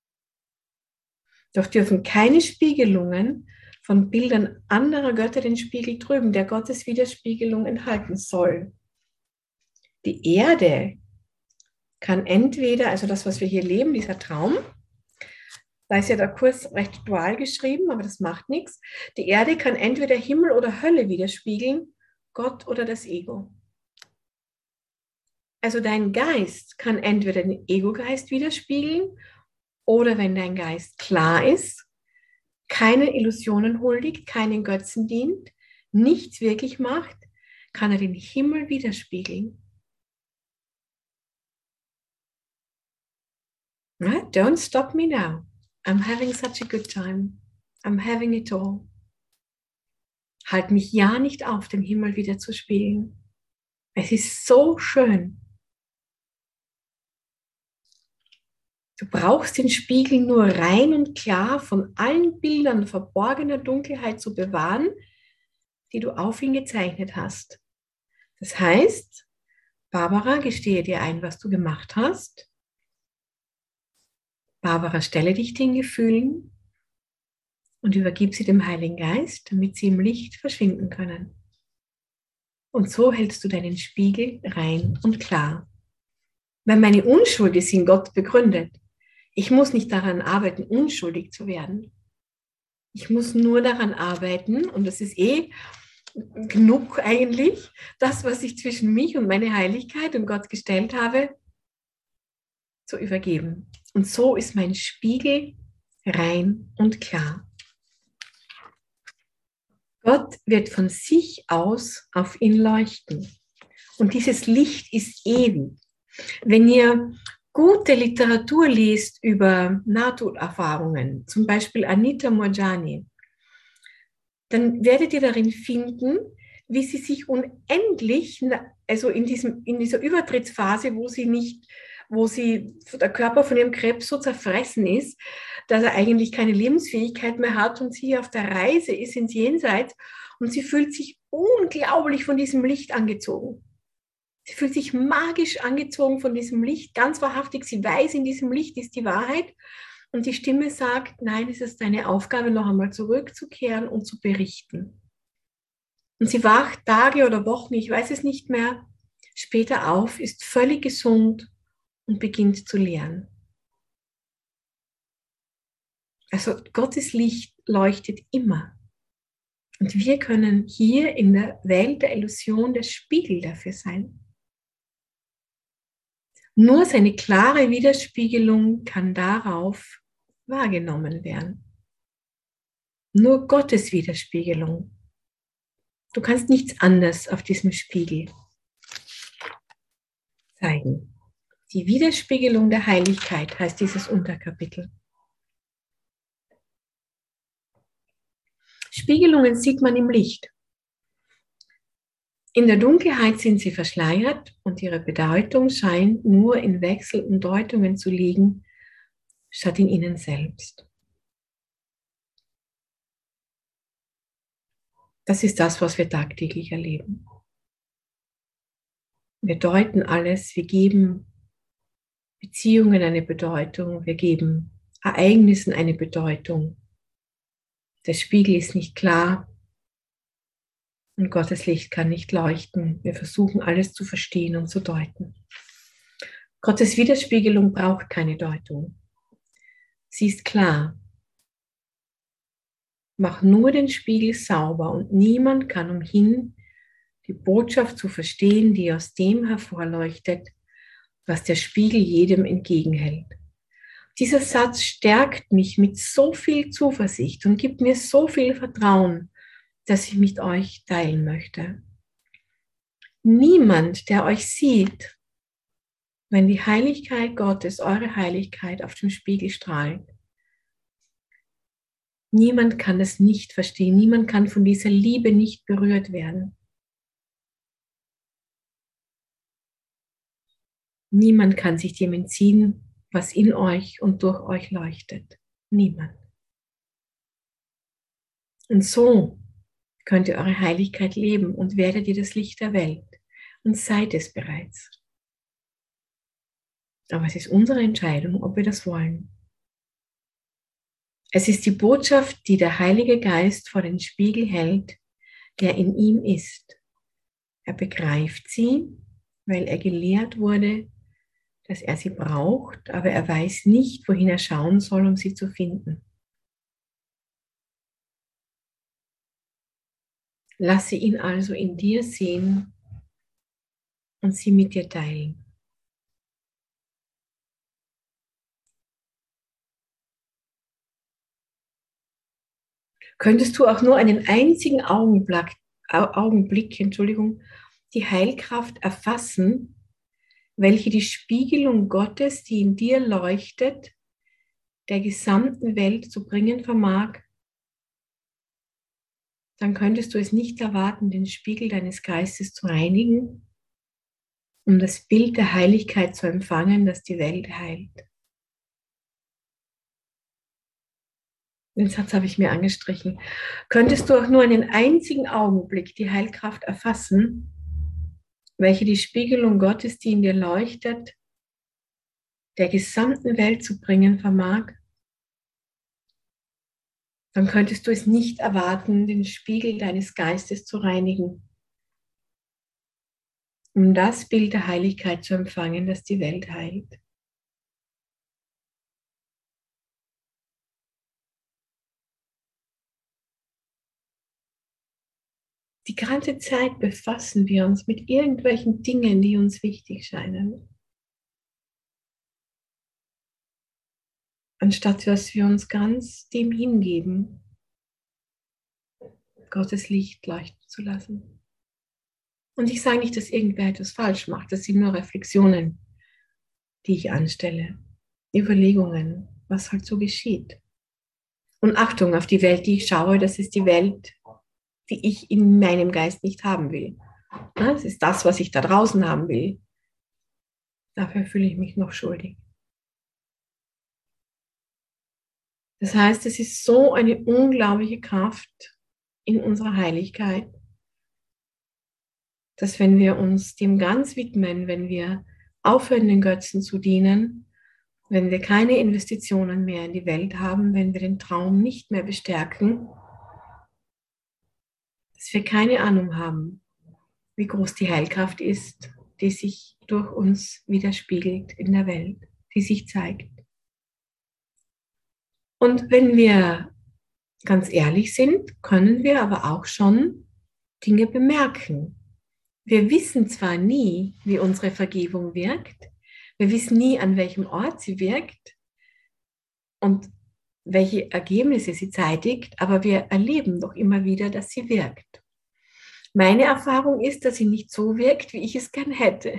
Doch dürfen keine Spiegelungen von Bildern anderer Götter den Spiegel trüben, der Gottes Widerspiegelung enthalten soll. Die Erde kann entweder, also das, was wir hier leben, dieser Traum, da ist ja der Kurs recht dual geschrieben, aber das macht nichts. Die Erde kann entweder Himmel oder Hölle widerspiegeln, Gott oder das Ego. Also dein Geist kann entweder den Ego-Geist widerspiegeln oder wenn dein Geist klar ist, keine Illusionen huldigt, keinen Götzen dient, nichts wirklich macht, kann er den Himmel widerspiegeln. Right? Don't stop me now. I'm having such a good time. I'm having it all. Halt mich ja nicht auf, den Himmel wieder zu spiegeln. Es ist so schön. Du brauchst den Spiegel nur rein und klar von allen Bildern verborgener Dunkelheit zu bewahren, die du auf ihn gezeichnet hast. Das heißt, Barbara, gestehe dir ein, was du gemacht hast. Barbara, stelle dich den Gefühlen und übergib sie dem Heiligen Geist, damit sie im Licht verschwinden können. Und so hältst du deinen Spiegel rein und klar. Weil meine Unschuld ist in Gott begründet. Ich muss nicht daran arbeiten, unschuldig zu werden. Ich muss nur daran arbeiten, und das ist genug eigentlich, das, was ich zwischen mich und meine Heiligkeit und Gott gestellt habe, zu übergeben. Und so ist mein Spiegel rein und klar. Gott wird von sich aus auf ihn leuchten. Und dieses Licht ist ewig. Wenn ihr gute Literatur liest über Nahtoderfahrungen, zum Beispiel Anita Moorjani, dann werdet ihr darin finden, wie sie sich unendlich, also in dieser Übertrittsphase, wo der Körper von ihrem Krebs so zerfressen ist, dass er eigentlich keine Lebensfähigkeit mehr hat und sie auf der Reise ist ins Jenseits und sie fühlt sich unglaublich von diesem Licht angezogen. Sie fühlt sich magisch angezogen von diesem Licht, ganz wahrhaftig. Sie weiß, in diesem Licht ist die Wahrheit. Und die Stimme sagt, nein, es ist deine Aufgabe, noch einmal zurückzukehren und zu berichten. Und sie wacht Tage oder Wochen, ich weiß es nicht mehr, später auf, ist völlig gesund und beginnt zu lehren. Also Gottes Licht leuchtet immer. Und wir können hier in der Welt der Illusion der Spiegel dafür sein. Nur seine klare Widerspiegelung kann darauf wahrgenommen werden. Nur Gottes Widerspiegelung. Du kannst nichts anderes auf diesem Spiegel zeigen. Die Widerspiegelung der Heiligkeit heißt dieses Unterkapitel. Spiegelungen sieht man im Licht. In der Dunkelheit sind sie verschleiert und ihre Bedeutung scheint nur in wechselnden Deutungen zu liegen, statt in ihnen selbst. Das ist das, was wir tagtäglich erleben. Wir deuten alles, wir geben Beziehungen eine Bedeutung, wir geben Ereignissen eine Bedeutung. Der Spiegel ist nicht klar und Gottes Licht kann nicht leuchten. Wir versuchen alles zu verstehen und zu deuten. Gottes Widerspiegelung braucht keine Deutung. Sie ist klar. Mach nur den Spiegel sauber und niemand kann umhin, die Botschaft zu verstehen, die aus dem hervorleuchtet, was der Spiegel jedem entgegenhält. Dieser Satz stärkt mich mit so viel Zuversicht und gibt mir so viel Vertrauen, dass ich mit euch teilen möchte. Niemand, der euch sieht, wenn die Heiligkeit Gottes, eure Heiligkeit auf dem Spiegel strahlt, niemand kann es nicht verstehen, niemand kann von dieser Liebe nicht berührt werden. Niemand kann sich dem entziehen, was in euch und durch euch leuchtet. Niemand. Und so könnt ihr eure Heiligkeit leben und werdet ihr das Licht der Welt und seid es bereits. Aber es ist unsere Entscheidung, ob wir das wollen. Es ist die Botschaft, die der Heilige Geist vor den Spiegel hält, der in ihm ist. Er begreift sie, weil er gelehrt wurde, dass er sie braucht, aber er weiß nicht, wohin er schauen soll, um sie zu finden. Lasse ihn also in dir sehen und sie mit dir teilen. könntest du auch nur einen einzigen Augenblick, die Heilkraft erfassen, welche die Spiegelung Gottes, die in dir leuchtet, der gesamten Welt zu bringen vermag, dann könntest du es nicht erwarten, den Spiegel deines Geistes zu reinigen, um das Bild der Heiligkeit zu empfangen, das die Welt heilt. Den Satz habe ich mir angestrichen. Könntest du auch nur einen einzigen Augenblick die Heilkraft erfassen, welche die Spiegelung Gottes, die in dir leuchtet, der gesamten Welt zu bringen vermag, dann könntest du es nicht erwarten, den Spiegel deines Geistes zu reinigen, um das Bild der Heiligkeit zu empfangen, das die Welt heilt. Die ganze Zeit befassen wir uns mit irgendwelchen Dingen, die uns wichtig scheinen, anstatt dass wir uns ganz dem hingeben, Gottes Licht leuchten zu lassen. Und ich sage nicht, dass irgendwer etwas falsch macht, das sind nur Reflexionen, die ich anstelle, Überlegungen, was halt so geschieht. Und Achtung auf die Welt, die ich schaue, das ist die Welt, die ich in meinem Geist nicht haben will. Das ist das, was ich da draußen haben will. Dafür fühle ich mich noch schuldig. Das heißt, es ist so eine unglaubliche Kraft in unserer Heiligkeit, dass wenn wir uns dem ganz widmen, wenn wir aufhören, den Götzen zu dienen, wenn wir keine Investitionen mehr in die Welt haben, wenn wir den Traum nicht mehr bestärken, dass wir keine Ahnung haben, wie groß die Heilkraft ist, die sich durch uns widerspiegelt in der Welt, die sich zeigt. Und wenn wir ganz ehrlich sind, können wir aber auch schon Dinge bemerken. Wir wissen zwar nie, wie unsere Vergebung wirkt, wir wissen nie, an welchem Ort sie wirkt und welche Ergebnisse sie zeitigt, aber wir erleben doch immer wieder, dass sie wirkt. Meine Erfahrung ist, dass sie nicht so wirkt, wie ich es gern hätte.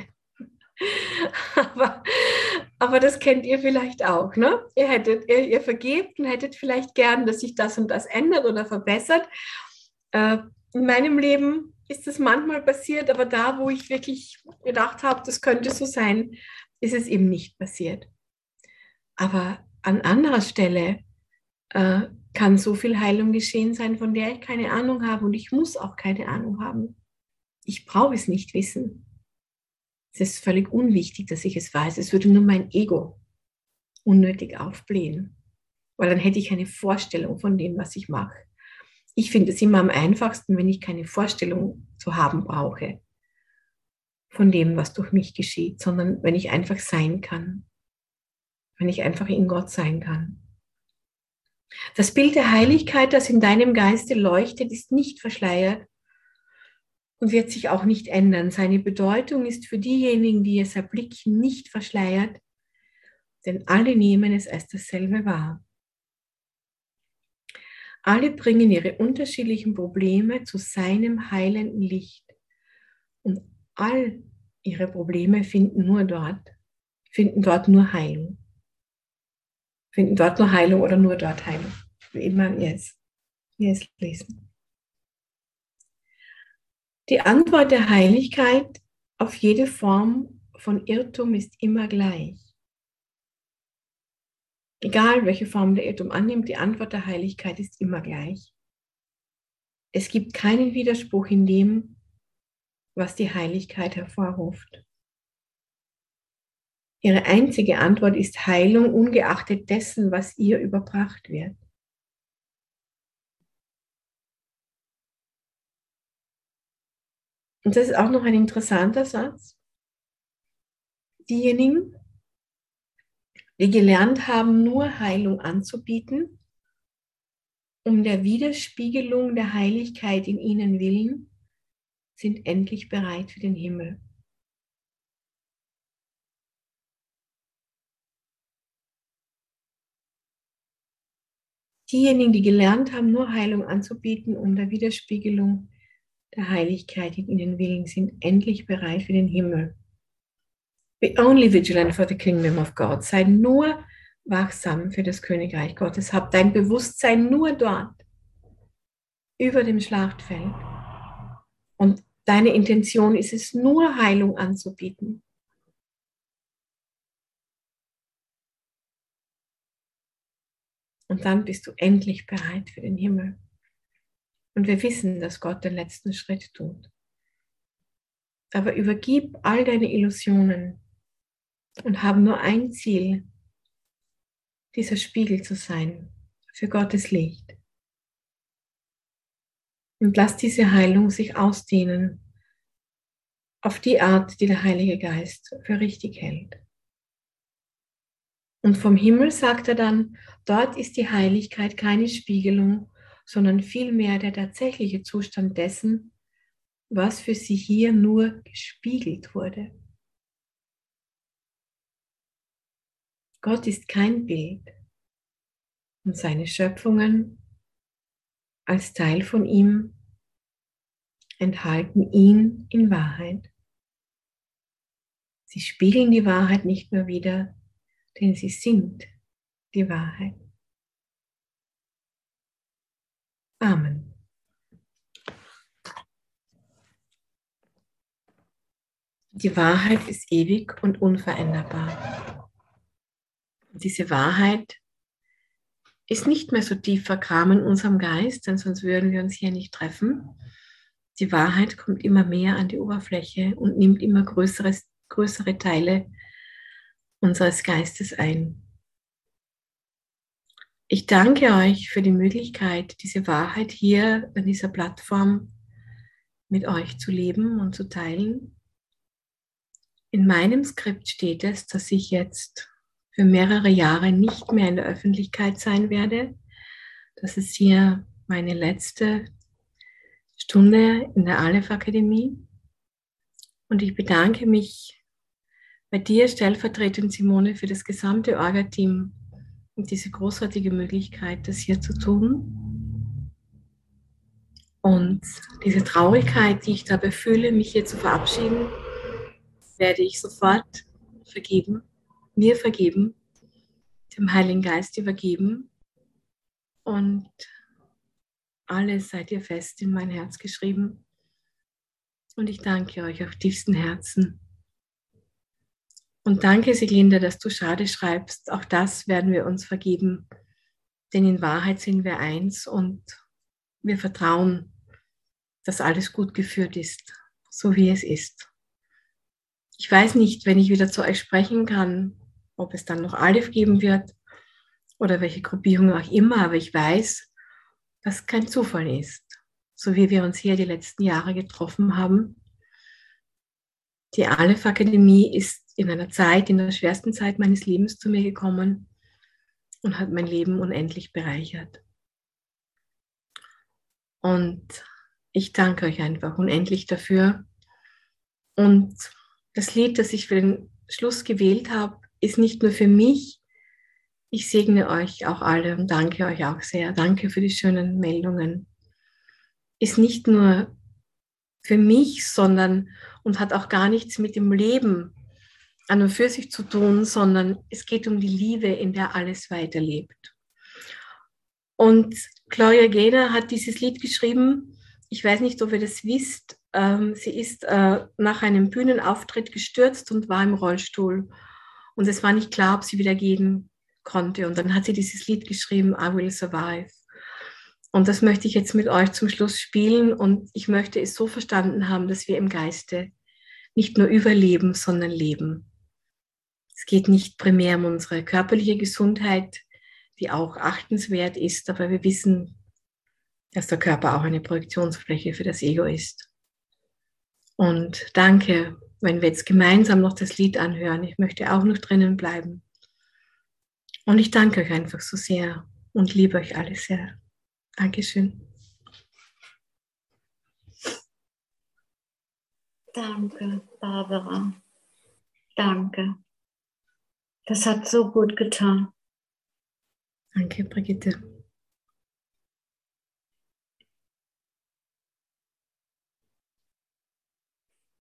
aber das kennt ihr vielleicht auch, ne? Ihr vergebt und hättet vielleicht gern, dass sich das und das ändert oder verbessert. In meinem Leben ist es manchmal passiert, aber da, wo ich wirklich gedacht habe, das könnte so sein, ist es eben nicht passiert. Aber an anderer Stelle kann so viel Heilung geschehen sein, von der ich keine Ahnung habe und ich muss auch keine Ahnung haben. Ich brauche es nicht wissen. Es ist völlig unwichtig, dass ich es weiß. Es würde nur mein Ego unnötig aufblähen, weil dann hätte ich eine Vorstellung von dem, was ich mache. Ich finde es immer am einfachsten, wenn ich keine Vorstellung zu haben brauche von dem, was durch mich geschieht, sondern wenn ich einfach sein kann, wenn ich einfach in Gott sein kann. Das Bild der Heiligkeit, das in deinem Geiste leuchtet, ist nicht verschleiert und wird sich auch nicht ändern. Seine Bedeutung ist für diejenigen, die es erblicken, nicht verschleiert, denn alle nehmen es als dasselbe wahr. Alle bringen ihre unterschiedlichen Probleme zu seinem heilenden Licht und all ihre Probleme finden dort nur Heilung. Finden dort nur Heilung oder nur dort Heilung. Wie immer ihr es lesen. Die Antwort der Heiligkeit auf jede Form von Irrtum ist immer gleich. Egal, welche Form der Irrtum annimmt, die Antwort der Heiligkeit ist immer gleich. Es gibt keinen Widerspruch in dem, was die Heiligkeit hervorruft. Ihre einzige Antwort ist Heilung, ungeachtet dessen, was ihr überbracht wird. Und das ist auch noch ein interessanter Satz. Diejenigen, die gelernt haben, nur Heilung anzubieten, um der Widerspiegelung der Heiligkeit in ihnen willen, sind endlich bereit für den Himmel. Diejenigen, die gelernt haben, nur Heilung anzubieten, um der Widerspiegelung der Heiligkeit in ihnen willen, sind endlich bereit für den Himmel. Be only vigilant for the kingdom of God. Sei nur wachsam für das Königreich Gottes. Hab dein Bewusstsein nur dort, über dem Schlachtfeld. Und deine Intention ist es, nur Heilung anzubieten. Und dann bist du endlich bereit für den Himmel. Und wir wissen, dass Gott den letzten Schritt tut. Aber übergib all deine Illusionen und hab nur ein Ziel, dieser Spiegel zu sein für Gottes Licht. Und lass diese Heilung sich ausdehnen auf die Art, die der Heilige Geist für richtig hält. Und vom Himmel sagt er dann, dort ist die Heiligkeit keine Spiegelung, sondern vielmehr der tatsächliche Zustand dessen, was für sie hier nur gespiegelt wurde. Gott ist kein Bild und seine Schöpfungen als Teil von ihm enthalten ihn in Wahrheit. Sie spiegeln die Wahrheit nicht nur wider, denn sie sind die Wahrheit. Amen. Die Wahrheit ist ewig und unveränderbar. Und diese Wahrheit ist nicht mehr so tief vergraben in unserem Geist, denn sonst würden wir uns hier nicht treffen. Die Wahrheit kommt immer mehr an die Oberfläche und nimmt immer größere Teile unseres Geistes ein. Ich danke euch für die Möglichkeit, diese Wahrheit hier an dieser Plattform mit euch zu leben und zu teilen. In meinem Skript steht es, dass ich jetzt für mehrere Jahre nicht mehr in der Öffentlichkeit sein werde. Das ist hier meine letzte Stunde in der Aleph Akademie. Und ich bedanke mich bei dir, stellvertretend Simone, für das gesamte Orga-Team und diese großartige Möglichkeit, das hier zu tun. Und diese Traurigkeit, die ich dabei fühle, mich hier zu verabschieden, werde ich sofort vergeben, mir vergeben, dem Heiligen Geist übergeben und alles seid ihr fest in mein Herz geschrieben. Und ich danke euch auf tiefstem Herzen. Und danke, Siglinde, dass du schade schreibst. Auch das werden wir uns vergeben. Denn in Wahrheit sind wir eins und wir vertrauen, dass alles gut geführt ist, so wie es ist. Ich weiß nicht, wenn ich wieder zu euch sprechen kann, ob es dann noch Aleph geben wird oder welche Gruppierung auch immer, aber ich weiß, dass es kein Zufall ist, so wie wir uns hier die letzten Jahre getroffen haben. Die Aleph Akademie ist in einer Zeit, in der schwersten Zeit meines Lebens zu mir gekommen und hat mein Leben unendlich bereichert. Und ich danke euch einfach unendlich dafür. Und das Lied, das ich für den Schluss gewählt habe, ist nicht nur für mich. Ich segne euch auch alle und danke euch auch sehr. Danke für die schönen Meldungen. Ist nicht nur für mich, sondern und hat auch gar nichts mit dem Leben an und für sich zu tun, sondern es geht um die Liebe, in der alles weiterlebt. Und Gloria Gaynor hat dieses Lied geschrieben. Ich weiß nicht, ob ihr das wisst. Sie ist nach einem Bühnenauftritt gestürzt und war im Rollstuhl. Und es war nicht klar, ob sie wieder gehen konnte. Und dann hat sie dieses Lied geschrieben, I Will Survive. Und das möchte ich jetzt mit euch zum Schluss spielen. Und ich möchte es so verstanden haben, dass wir im Geiste nicht nur überleben, sondern leben. Es geht nicht primär um unsere körperliche Gesundheit, die auch achtenswert ist, aber wir wissen, dass der Körper auch eine Projektionsfläche für das Ego ist. Und danke, wenn wir jetzt gemeinsam noch das Lied anhören. Ich möchte auch noch drinnen bleiben. Und ich danke euch einfach so sehr und liebe euch alle sehr. Dankeschön. Danke, Barbara. Danke. Das hat so gut getan. Danke, Brigitte.